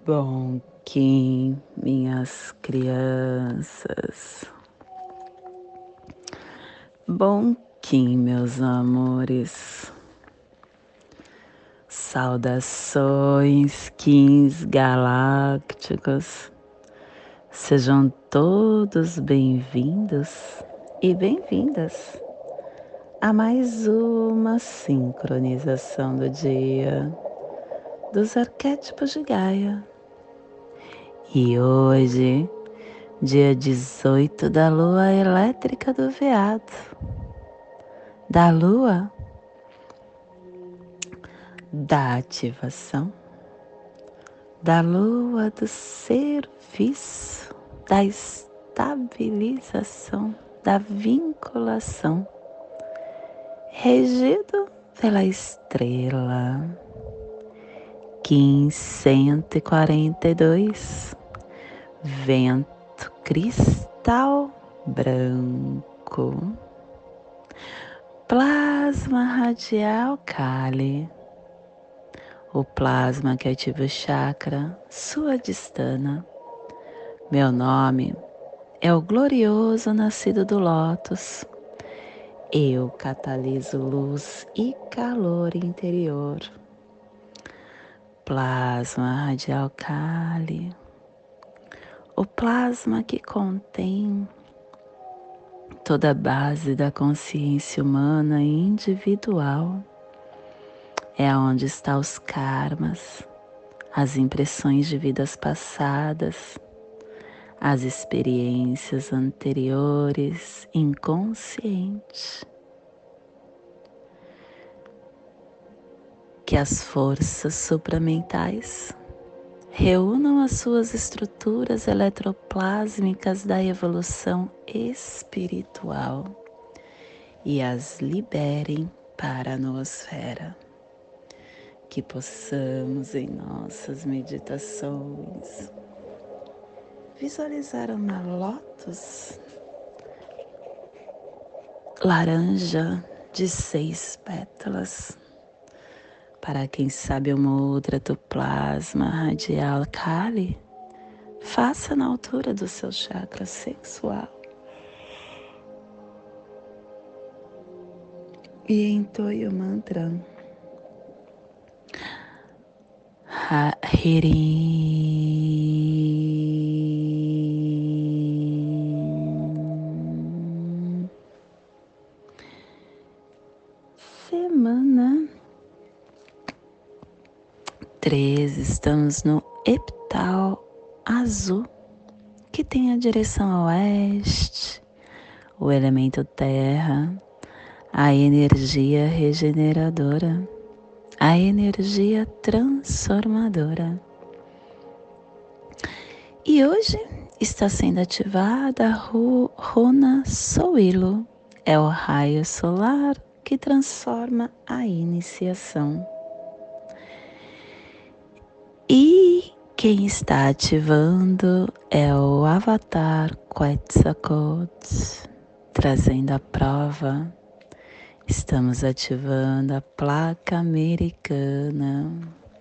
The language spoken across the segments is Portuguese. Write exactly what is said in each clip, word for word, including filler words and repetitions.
Bom Kim, minhas crianças. Bom Kim, meus amores. Saudações, Kims galácticos. Sejam todos bem-vindos e bem-vindas a mais uma sincronização do dia dos arquétipos de Gaia. E hoje, dia dezoito da lua elétrica do veado, da lua da ativação, da lua do serviço, da estabilização, da vinculação, regido pela estrela quinze cento e quarenta e dois, vento cristal branco, plasma radial Kali, o plasma que ativa o chakra Suadhisthana. Meu nome é o glorioso nascido do lótus. Eu cataliso luz e calor interior. Plasma radial Kali, o plasma que contém toda a base da consciência humana e individual. É onde estão os karmas, as impressões de vidas passadas, as experiências anteriores inconscientes. Que as forças supramentais reúnam as suas estruturas eletroplásmicas da evolução espiritual e as liberem para a noosfera. Que possamos em nossas meditações visualizar uma lótus laranja de seis pétalas. Para quem sabe o mudra do plasma radial Kali, faça na altura do seu chakra sexual e entoie o mantra Hirim. Semana treze, estamos no epital azul, que tem a direção a oeste, o elemento terra, a energia regeneradora, a energia transformadora. E hoje está sendo ativada a runa Soilo, é o raio solar que transforma a iniciação. E quem está ativando é o Avatar Quetzalcoatl, trazendo a prova. Estamos ativando a placa americana.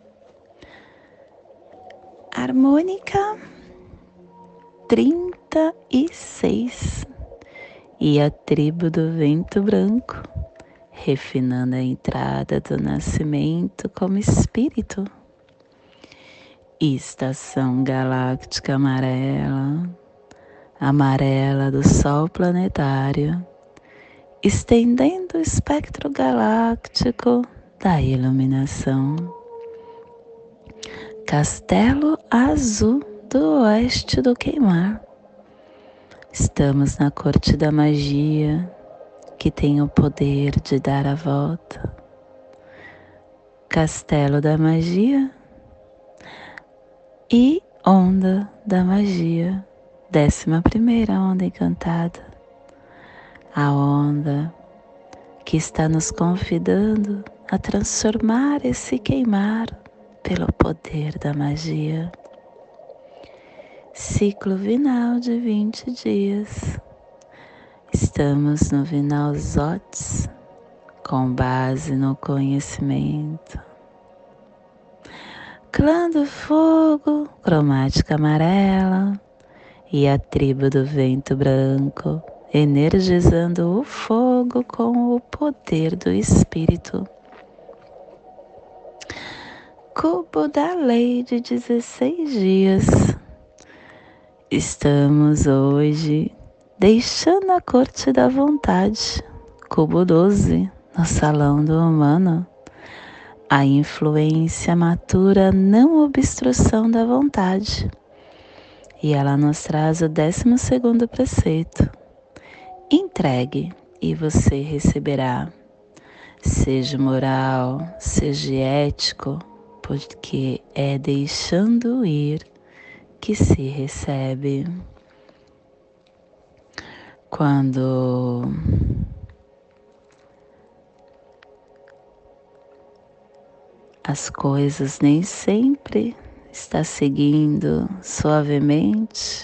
Harmônica trinta e seis. E a tribo do vento branco, refinando a entrada do nascimento como espírito. Estação galáctica amarela, amarela do Sol planetário, estendendo o espectro galáctico da iluminação. Castelo azul do oeste do queimar. Estamos na corte da magia, que tem o poder de dar a volta. Castelo da magia e onda da magia, décima primeira onda encantada, a onda que está nos convidando a transformar esse queimar pelo poder da magia. Ciclo vinal de vinte dias, estamos no vinal Zotes, com base no conhecimento. clã do fogo, cromática amarela, e a tribo do vento branco, energizando o fogo com o poder do espírito. Cubo da lei de dezesseis dias. Estamos hoje deixando a corte da vontade, cubo doze, no salão do humano. A influência matura não obstrução da vontade. E ela nos traz o décimo segundo preceito. Entregue e você receberá. Seja moral, seja ético, porque é deixando ir que se recebe. Quando as coisas nem sempre estão seguindo suavemente,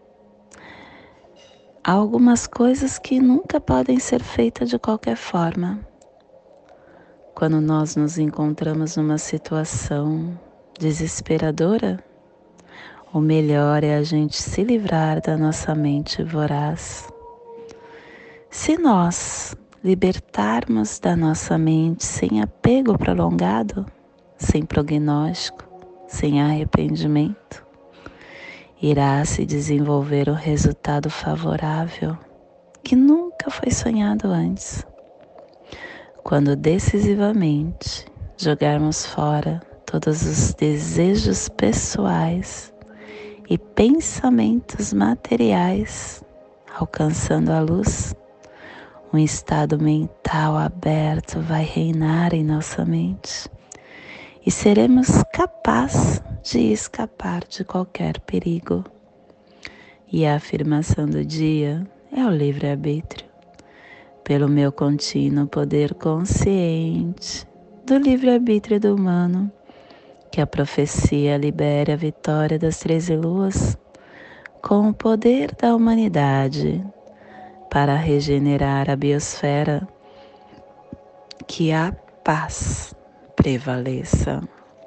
há algumas coisas que nunca podem ser feitas de qualquer forma. Quando nós nos encontramos numa situação desesperadora, o melhor é a gente se livrar da nossa mente voraz. Se nós libertarmos da nossa mente sem apego prolongado, sem prognóstico, sem arrependimento, irá se desenvolver o resultado favorável que nunca foi sonhado antes. Quando decisivamente jogarmos fora todos os desejos pessoais e pensamentos materiais, alcançando a luz, um estado mental aberto vai reinar em nossa mente e seremos capazes de escapar de qualquer perigo. E a afirmação do dia é o livre-arbítrio. Pelo meu contínuo poder consciente do livre-arbítrio do humano, que a profecia libere a vitória das treze luas com o poder da humanidade para regenerar a biosfera, que a paz prevaleça.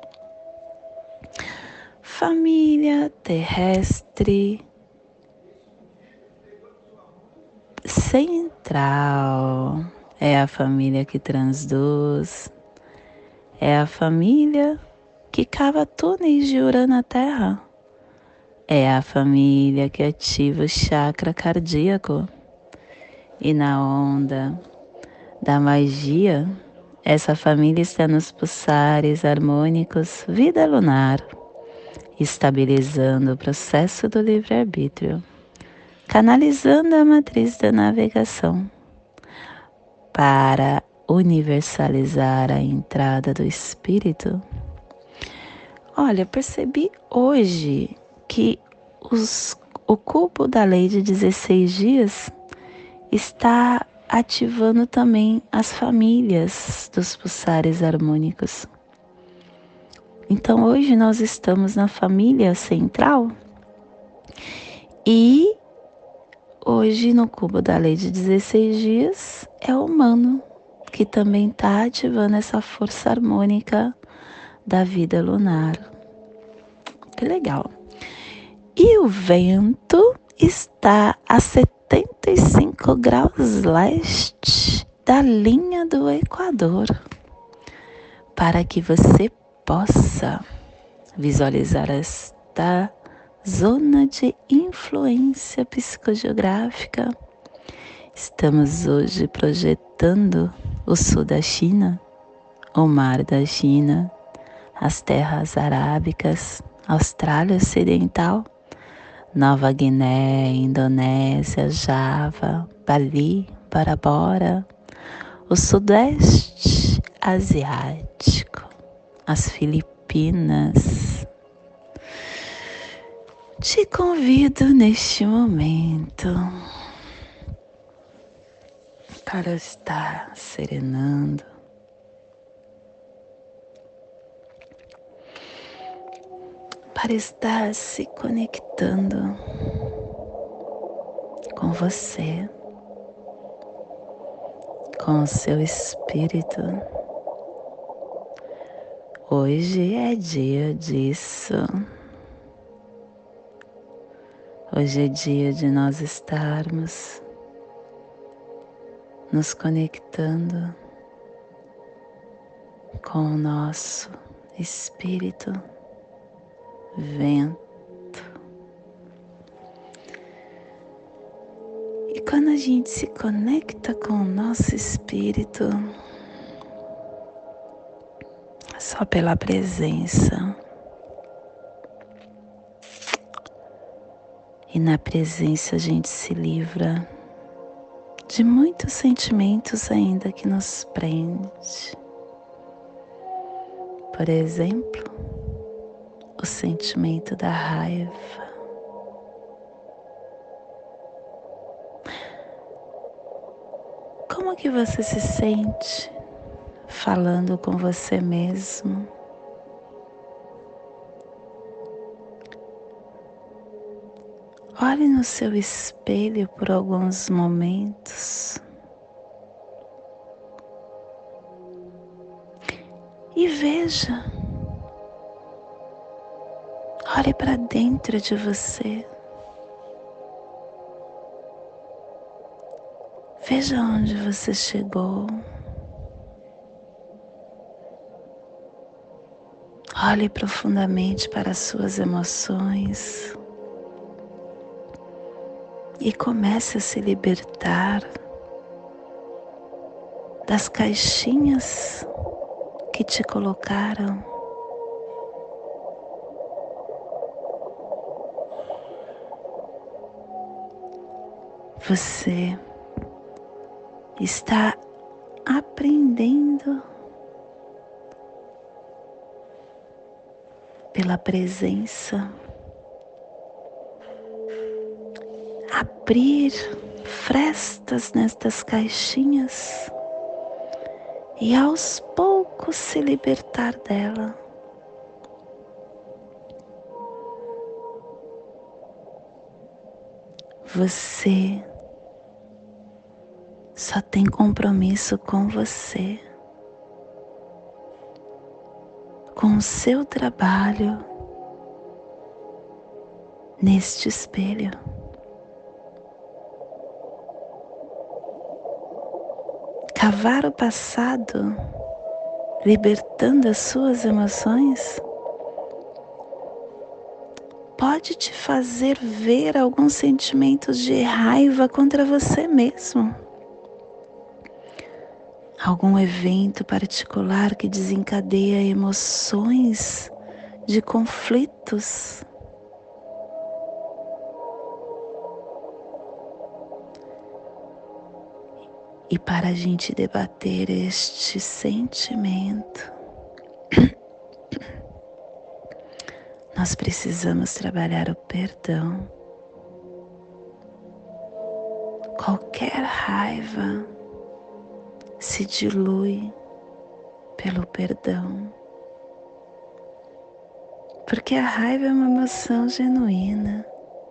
Família terrestre central é a família que transduz, é a família que cava túneis de Urano na Terra, é a família que ativa o chakra cardíaco. E na onda da magia, essa família está nos pulsares harmônicos vida lunar, estabilizando o processo do livre-arbítrio, canalizando a matriz da navegação para universalizar a entrada do espírito. Olha, percebi hoje que os, o cubo da lei de dezesseis dias está ativando também as famílias dos pulsares harmônicos. Então hoje nós estamos na família central e hoje no cubo da lei de dezesseis dias é o humano que também está ativando essa força harmônica da vida lunar. Que legal! E o vento está a setenta e cinco graus leste da linha do Equador, para que você possa visualizar esta zona de influência psicogeográfica. Estamos hoje projetando o sul da China, o mar da China, as terras arábicas, Austrália Ocidental, Nova Guiné, Indonésia, Java, Bali, Bora-Bora, o Sudeste Asiático, as Filipinas. Te convido neste momento para estar serenando, para estar se conectando com você, com o seu espírito, Hoje é dia disso. Hoje é dia de nós estarmos nos conectando com o nosso espírito vento. E quando a gente se conecta com o nosso espírito, só pela presença, e na presença a gente se livra de muitos sentimentos ainda que nos prende. Por exemplo, o sentimento da raiva. Como que você se sente falando com você mesmo? Olhe no seu espelho por alguns momentos e veja. Olhe para dentro de você. Veja onde você chegou. Olhe profundamente para as suas emoções e comece a se libertar das caixinhas que te colocaram. Você está aprendendo pela presença, abrir frestas nestas caixinhas e aos poucos se libertar dela. Você só tem compromisso com você, com o seu trabalho neste espelho. Cavar o passado, libertando as suas emoções, pode te fazer ver alguns sentimentos de raiva contra você mesmo. Algum evento particular que desencadeia emoções de conflitos. E para a gente debater este sentimento, nós precisamos trabalhar o perdão. Qualquer raiva se dilui pelo perdão, porque a raiva é uma emoção genuína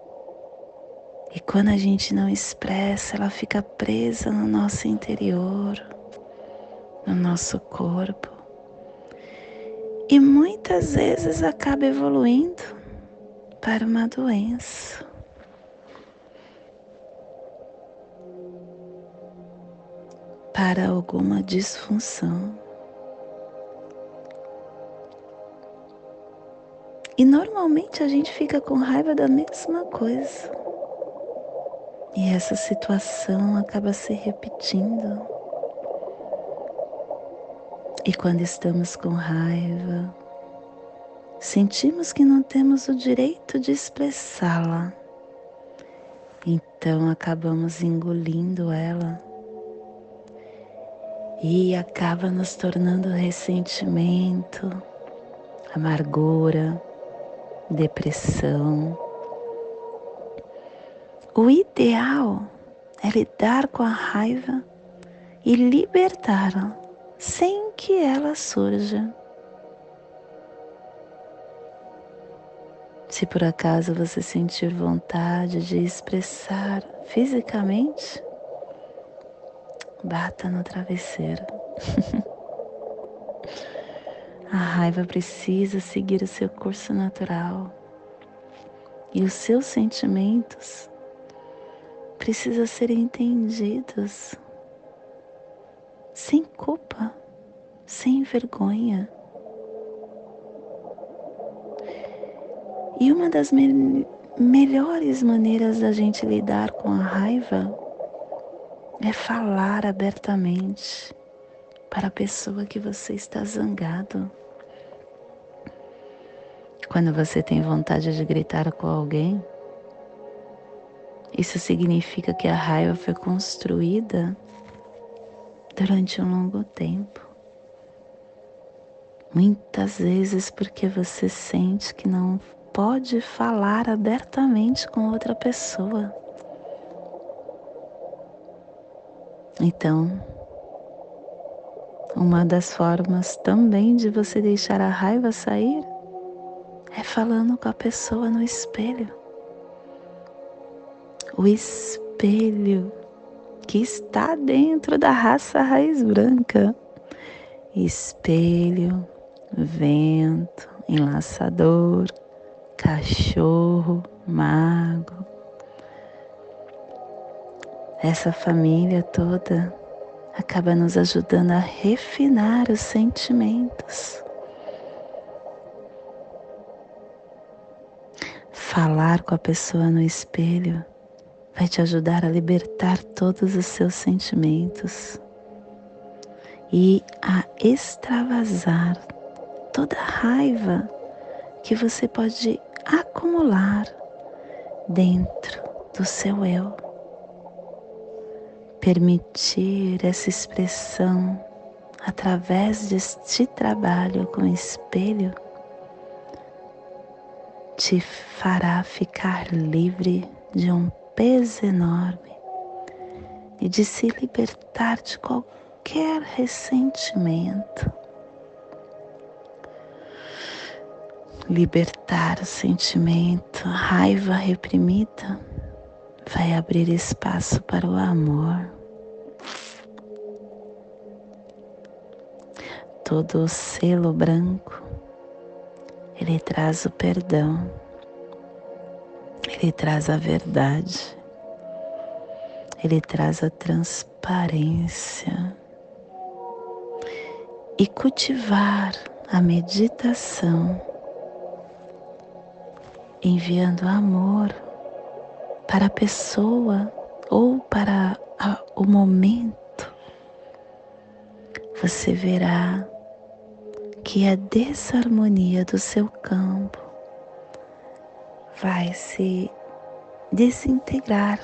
e quando a gente não expressa, ela fica presa no nosso interior, no nosso corpo e muitas vezes acaba evoluindo para uma doença. Para alguma disfunção. E normalmente a gente fica com raiva da mesma coisa. E essa situação acaba se repetindo. E quando estamos com raiva, sentimos que não temos o direito de expressá-la. Então acabamos engolindo ela. E acaba nos tornando ressentimento, amargura, depressão. O ideal é lidar com a raiva e libertá-la sem que ela surja. Se por acaso você sentir vontade de expressar fisicamente, bata no travesseiro. A raiva precisa seguir o seu curso natural. E os seus sentimentos precisam ser entendidos sem culpa, sem vergonha. E uma das me- melhores maneiras da gente lidar com a raiva é falar abertamente para a pessoa que você está zangado. Quando você tem vontade de gritar com alguém, isso significa que a raiva foi construída durante um longo tempo. Muitas vezes porque você sente que não pode falar abertamente com outra pessoa. Então, uma das formas também de você deixar a raiva sair é falando com a pessoa no espelho. O espelho que está dentro da raça raiz branca. Espelho, vento, enlaçador, cachorro, mago. Essa família toda acaba nos ajudando a refinar os sentimentos. Falar com a pessoa no espelho vai te ajudar a libertar todos os seus sentimentos e a extravasar toda a raiva que você pode acumular dentro do seu eu. Permitir essa expressão através deste trabalho com o espelho te fará ficar livre de um peso enorme e de se libertar de qualquer ressentimento. Libertar o sentimento, a raiva reprimida, vai abrir espaço para o amor. Todo o selo branco, ele traz o perdão, ele traz a verdade, ele traz a transparência. E cultivar a meditação, enviando amor para a pessoa ou para a, o momento, você verá que a desarmonia do seu campo vai se desintegrar.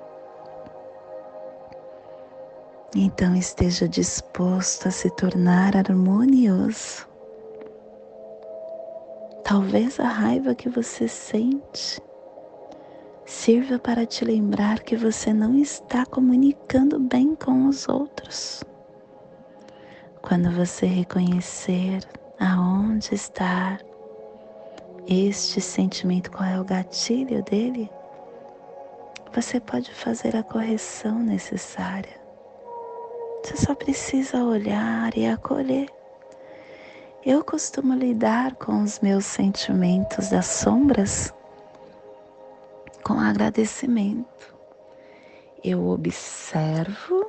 Então esteja disposto a se tornar harmonioso. Talvez a raiva que você sente sirva para te lembrar que você não está comunicando bem com os outros. Quando você reconhecer aonde está este sentimento, qual é o gatilho dele, você pode fazer a correção necessária. Você só precisa olhar e acolher. Eu costumo lidar com os meus sentimentos das sombras com agradecimento. Eu observo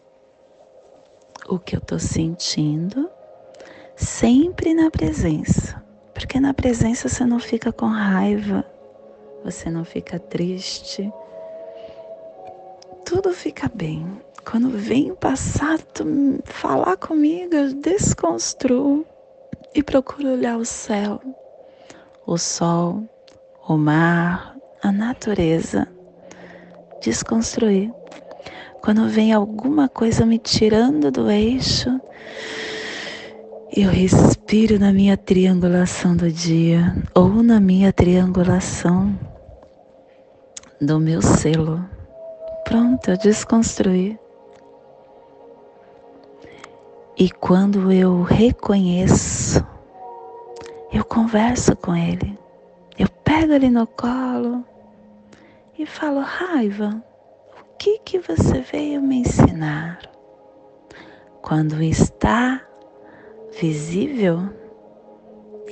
o que eu estou sentindo, sempre na presença. Porque na presença você não fica com raiva, você não fica triste, tudo fica bem. Quando vem o passado falar comigo, eu desconstruo e procuro olhar o céu, o sol, o mar, a natureza, desconstruir. Quando vem alguma coisa me tirando do eixo, eu respiro na minha triangulação do dia ou na minha triangulação do meu selo. Pronto, eu desconstruí. E quando eu reconheço, eu converso com ele. Eu pego ele no colo e falo: raiva, o que que você veio me ensinar? Quando está visível,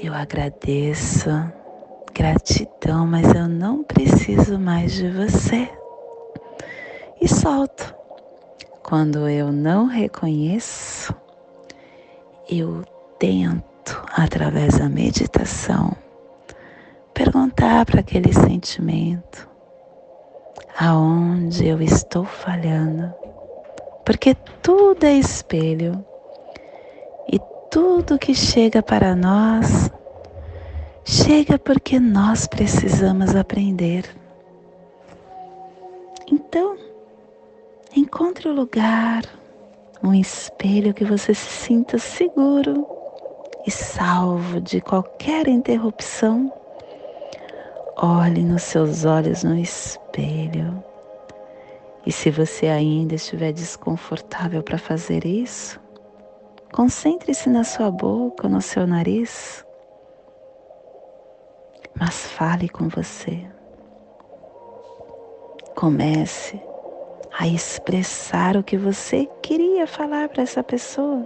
Eu agradeço, gratidão, mas eu não preciso mais de você. E solto. Quando eu não reconheço, eu tento, através da meditação, perguntar para aquele sentimento aonde eu estou falhando, porque tudo é espelho e tudo que chega para nós chega porque nós precisamos aprender. Então, encontre o lugar, um espelho que você se sinta seguro e salvo de qualquer interrupção. Olhe nos seus olhos no espelho. E se você ainda estiver desconfortável para fazer isso, concentre-se na sua boca, no seu nariz, mas fale com você. Comece a expressar o que você queria falar para essa pessoa.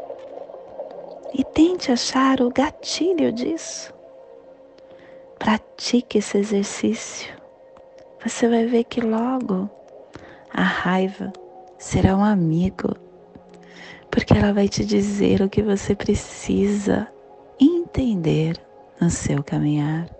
E tente achar o gatilho disso. Pratique esse exercício. Você vai ver que logo a raiva será um amigo, porque ela vai te dizer o que você precisa entender no seu caminhar.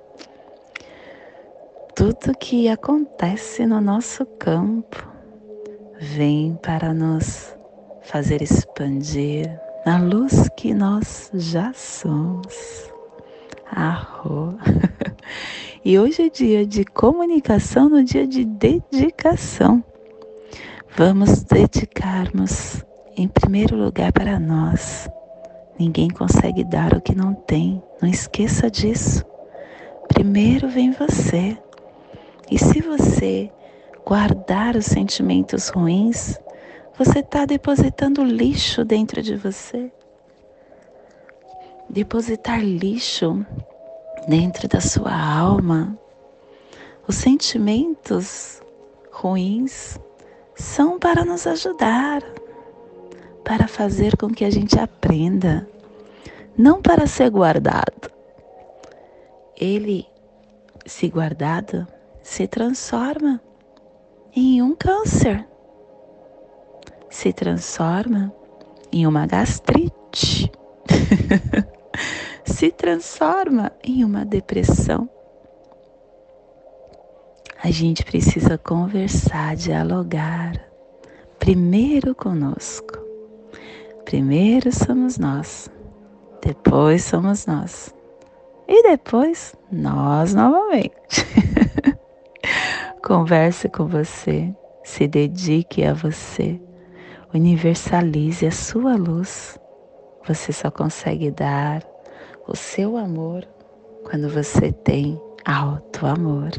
Tudo que acontece no nosso campo vem para nos fazer expandir na luz que nós já somos. Arro. E hoje é dia de comunicação, no dia de dedicação. Vamos dedicarmos em primeiro lugar para nós. Ninguém consegue dar o que não tem. Não esqueça disso. Primeiro vem você. E se você guardar os sentimentos ruins, você está depositando lixo dentro de você. Depositar lixo dentro da sua alma. Os sentimentos ruins são para nos ajudar, para fazer com que a gente aprenda, não para ser guardado. Ele, se guardado, se transforma em um câncer, se transforma em uma gastrite, se transforma em uma depressão. A gente precisa conversar, dialogar, primeiro conosco. Primeiro somos nós, depois somos nós, e depois nós novamente. Converse com você, se dedique a você, universalize a sua luz. Você só consegue dar o seu amor quando você tem alto amor.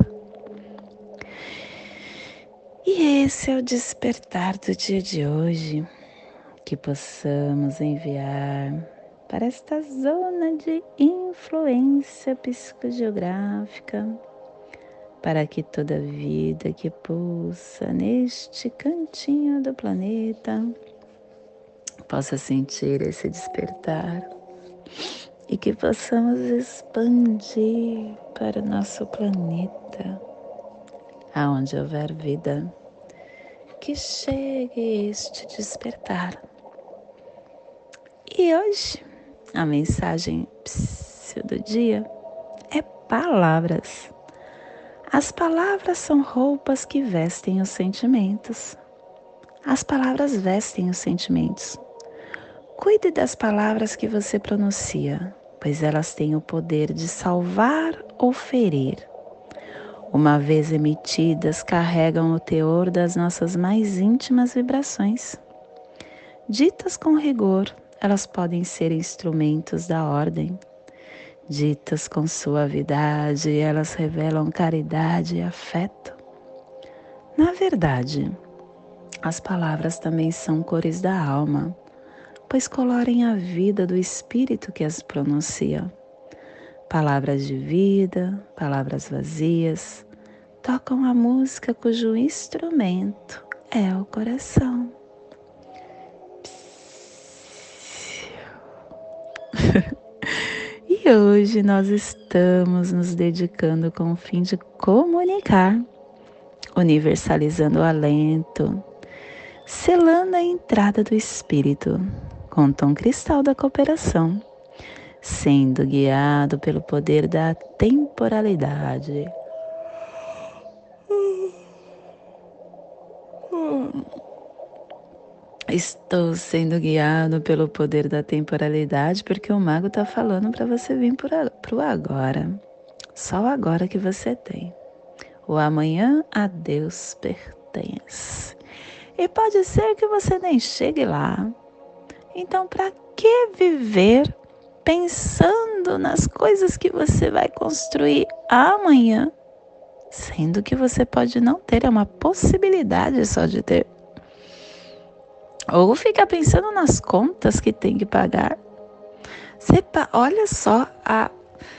E esse é o despertar do dia de hoje, que possamos enviar para esta zona de influência psicogeográfica, para que toda vida que pulsa neste cantinho do planeta possa sentir esse despertar e que possamos expandir para o nosso planeta, aonde houver vida, que chegue este despertar. E hoje, a mensagem do dia é palavras. As palavras são roupas que vestem os sentimentos. As palavras vestem os sentimentos. Cuide das palavras que você pronuncia, pois elas têm o poder de salvar ou ferir. Uma vez emitidas, carregam o teor das nossas mais íntimas vibrações. Ditas com rigor, elas podem ser instrumentos da ordem. Ditas com suavidade, elas revelam caridade e afeto. Na verdade, as palavras também são cores da alma, pois colorem a vida do espírito que as pronuncia. Palavras de vida, palavras vazias, tocam a música cujo instrumento é o coração. E E hoje nós estamos nos dedicando com o fim de comunicar, universalizando o alento, selando a entrada do espírito com o tom cristal da cooperação, sendo guiado pelo poder da temporalidade. Estou sendo guiado pelo poder da temporalidade porque o mago está falando para você vir para o agora. Só o agora que você tem. O amanhã a Deus pertence. E pode ser que você nem chegue lá. Então, para que viver pensando nas coisas que você vai construir amanhã, sendo que você pode não ter, é uma possibilidade só de ter? Ou ficar pensando nas contas que tem que pagar. Você, olha só a,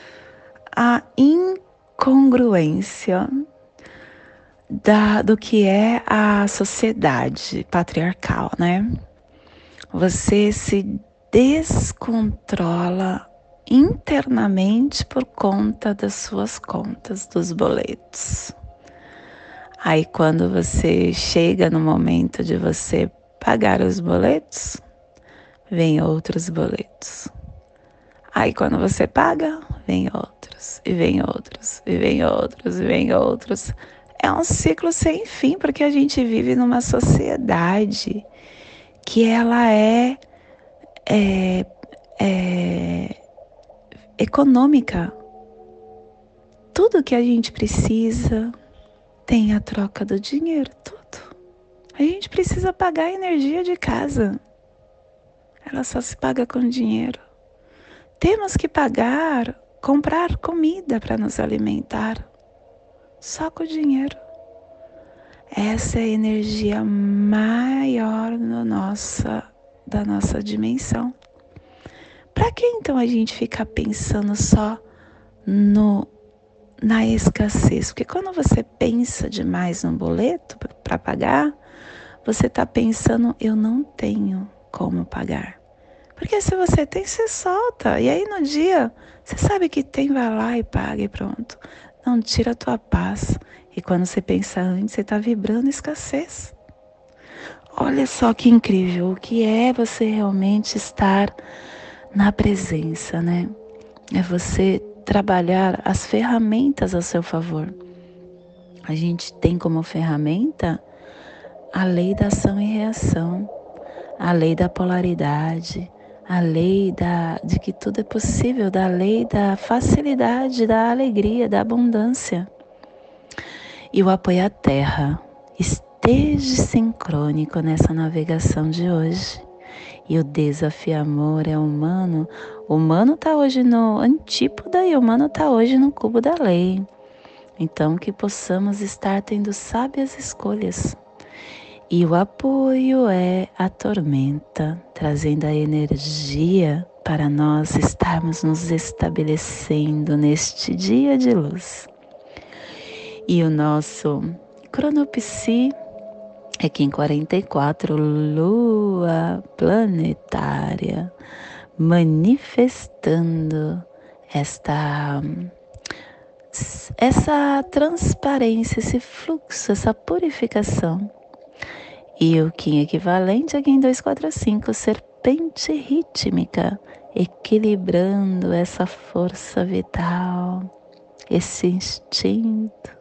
a incongruência da, do que é a sociedade patriarcal, né? Você se descontrola internamente por conta das suas contas, dos boletos. Aí quando você chega no momento de você pagar os boletos, vem outros boletos. Aí quando você paga, vem outros, e vem outros, e vem outros, e vem outros. É um ciclo sem fim, porque a gente vive numa sociedade que ela é, é, é econômica. Tudo que a gente precisa tem a troca do dinheiro, tudo. A gente precisa pagar a energia de casa. Ela só se paga com dinheiro. Temos que pagar, comprar comida para nos alimentar. Só com dinheiro. Essa é a energia maior no nossa, da nossa dimensão. Para que então a gente fica pensando só no, na escassez? Porque quando você pensa demais no boleto para pagar, você está pensando, eu não tenho como pagar. Porque se você tem, você solta. E aí no dia, você sabe que tem, vai lá e paga e pronto. Não tira a tua paz. E quando você pensa antes, você está vibrando escassez. Olha só que incrível. O que é você realmente estar na presença, né? É você trabalhar as ferramentas a seu favor. A gente tem como ferramenta a lei da ação e reação, a lei da polaridade, a lei da, de que tudo é possível, da lei da facilidade, da alegria, da abundância. E o apoio à terra. Esteja sincrônico nessa navegação de hoje. E o desafio amor é humano. O humano está hoje no antípoda e o humano está hoje no cubo da lei. Então que possamos estar tendo sábias escolhas. E o apoio é a tormenta, trazendo a energia para nós estarmos nos estabelecendo neste dia de luz. E o nosso cronopsi é Kim quarenta e quatro, lua planetária, manifestando esta, essa transparência, esse fluxo, essa purificação. E o Kim equivalente é Kim duzentos e quarenta e cinco, serpente rítmica, equilibrando essa força vital, esse instinto.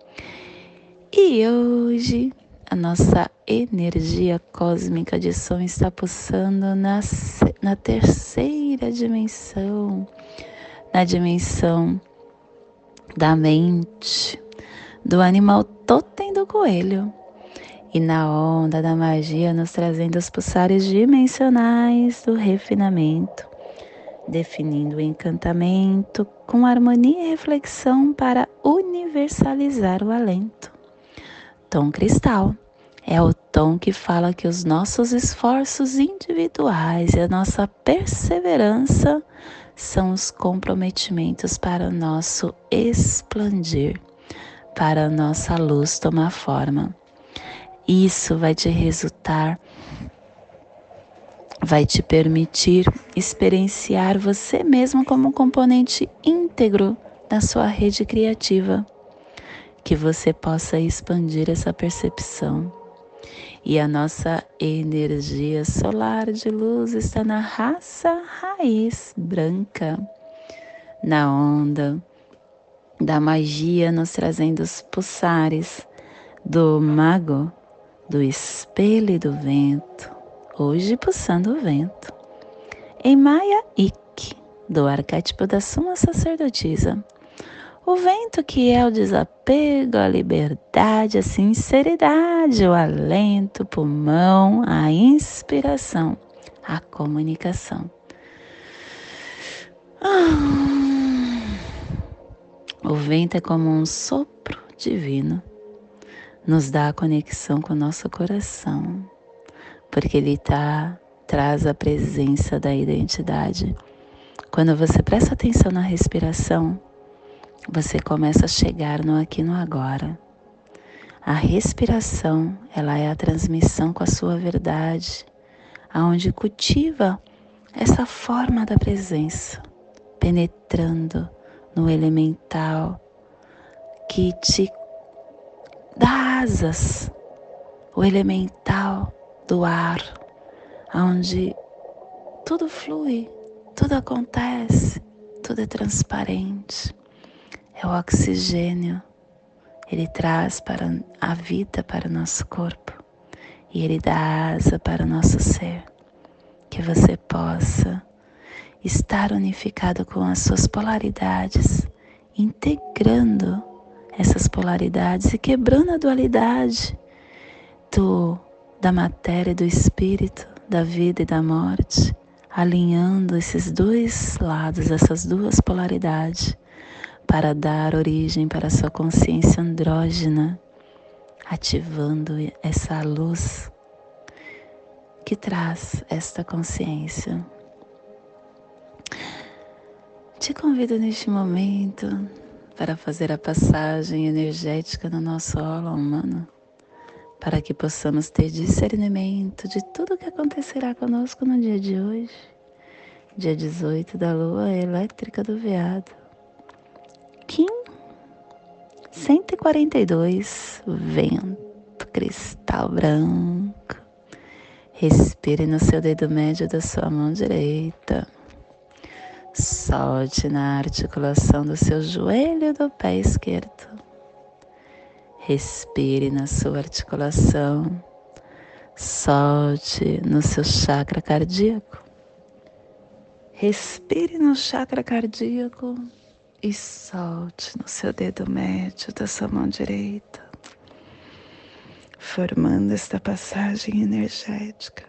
E hoje a nossa energia cósmica de som está pulsando na, na terceira dimensão, na dimensão da mente, do animal totem do coelho. E na onda da magia nos trazendo os pulsares dimensionais do refinamento, definindo o encantamento com harmonia e reflexão para universalizar o alento. Tom cristal é o tom que fala que os nossos esforços individuais e a nossa perseverança são os comprometimentos para o nosso expandir, para a nossa luz tomar forma. Isso vai te resultar vai te permitir experienciar você mesmo como um componente íntegro da sua rede criativa, que você possa expandir essa percepção. E a nossa energia solar de luz está na raça raiz branca, na onda da magia, nos trazendo os pulsares do mago, do espelho e do vento, hoje pulsando o vento. Em Maya Ik, do arquétipo da suma sacerdotisa, o vento que é o desapego, a liberdade, a sinceridade, o alento, o pulmão, a inspiração, a comunicação. Ah, o vento é como um sopro divino, nos dá a conexão com o nosso coração, porque ele tá, traz a presença da identidade. Quando você presta atenção na respiração, você começa a chegar no aqui e no agora. A respiração, ela é a transmissão com a sua verdade, aonde cultiva essa forma da presença, penetrando no elemental que te dá asas, o elemental do ar, onde tudo flui, tudo acontece, tudo é transparente. É o oxigênio, ele traz para a vida para o nosso corpo e ele dá asa para o nosso ser, que você possa estar unificado com as suas polaridades, integrando essas polaridades e quebrando a dualidade do, da matéria e do espírito, da vida e da morte, alinhando esses dois lados, essas duas polaridades, para dar origem para a sua consciência andrógena, ativando essa luz que traz esta consciência. Te convido neste momento para fazer a passagem energética no nosso holo humano, para que possamos ter discernimento de tudo o que acontecerá conosco no dia de hoje, dia dezoito da lua elétrica do veado. Kim cento e quarenta e dois, vento cristal branco. Respire no seu dedo médio da sua mão direita. Solte na articulação do seu joelho do pé esquerdo. Respire na sua articulação. Solte no seu chakra cardíaco. Respire no chakra cardíaco e solte no seu dedo médio da sua mão direita, formando esta passagem energética.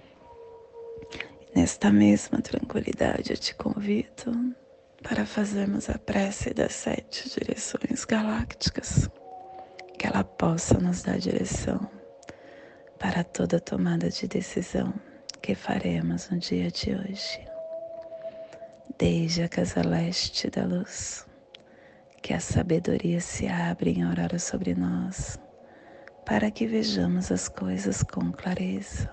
Nesta mesma tranquilidade eu te convido para fazermos a prece das sete direções galácticas, que ela possa nos dar direção para toda tomada de decisão que faremos no dia de hoje. Desde a casa leste da luz, que a sabedoria se abre em aurora sobre nós, para que vejamos as coisas com clareza.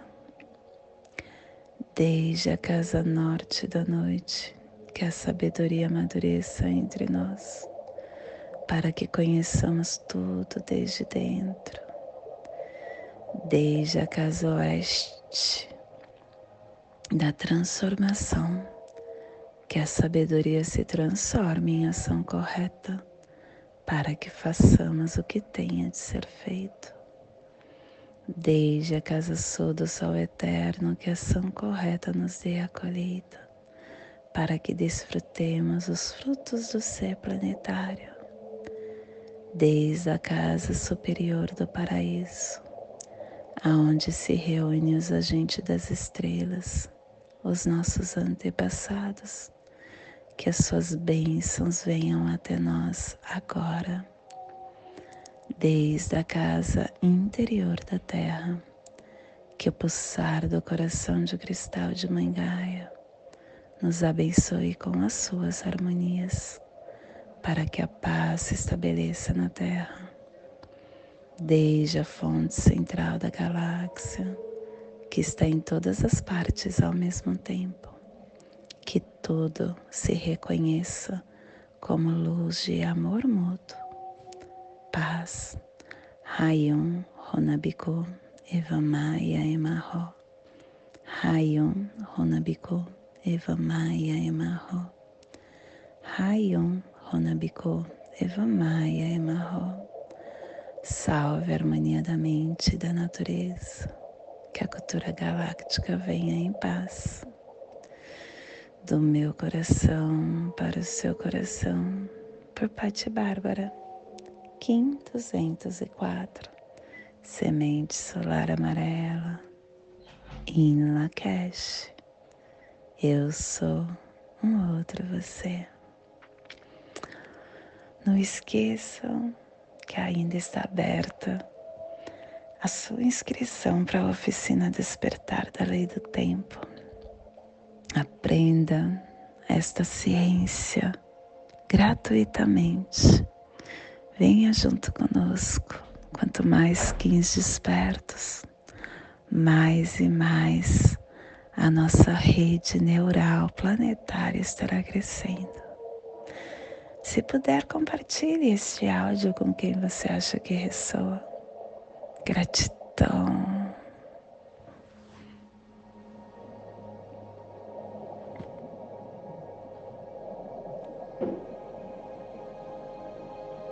Desde a casa norte da noite, que a sabedoria amadureça entre nós, para que conheçamos tudo desde dentro. Desde a casa oeste da transformação, que a sabedoria se transforme em ação correta, para que façamos o que tenha de ser feito. Desde a casa sul do sol eterno, que a ação correta nos dê a colheita, para que desfrutemos os frutos do ser planetário. Desde a casa superior do paraíso, aonde se reúnem os agentes das estrelas, os nossos antepassados, que as suas bênçãos venham até nós agora. Desde a casa interior da terra, que o pulsar do coração de cristal de Mãe Gaia nos abençoe com as suas harmonias, para que a paz se estabeleça na terra. Desde a fonte central da galáxia, que está em todas as partes ao mesmo tempo. Que tudo se reconheça como luz de amor mútuo. Paz. Rayon Honabiku Evamaya Emarro. Rayon Honabiku Evamaya Emarro. Rayon Honabiku Evamaya Emarro. Salve a harmonia da mente e da natureza. Que a cultura galáctica venha em paz. Do meu coração para o seu coração, por Patti Bárbara. Kim duzentos e quatro. Semente solar amarela. In Lakesh. Eu sou um outro você. Não esqueçam que ainda está aberta a sua inscrição para a oficina Despertar da Lei do Tempo. Aprenda esta ciência gratuitamente. Venha junto conosco. Quanto mais Kins despertos, mais e mais a nossa rede neural planetária estará crescendo. Se puder, compartilhe este áudio com quem você acha que ressoa. Gratidão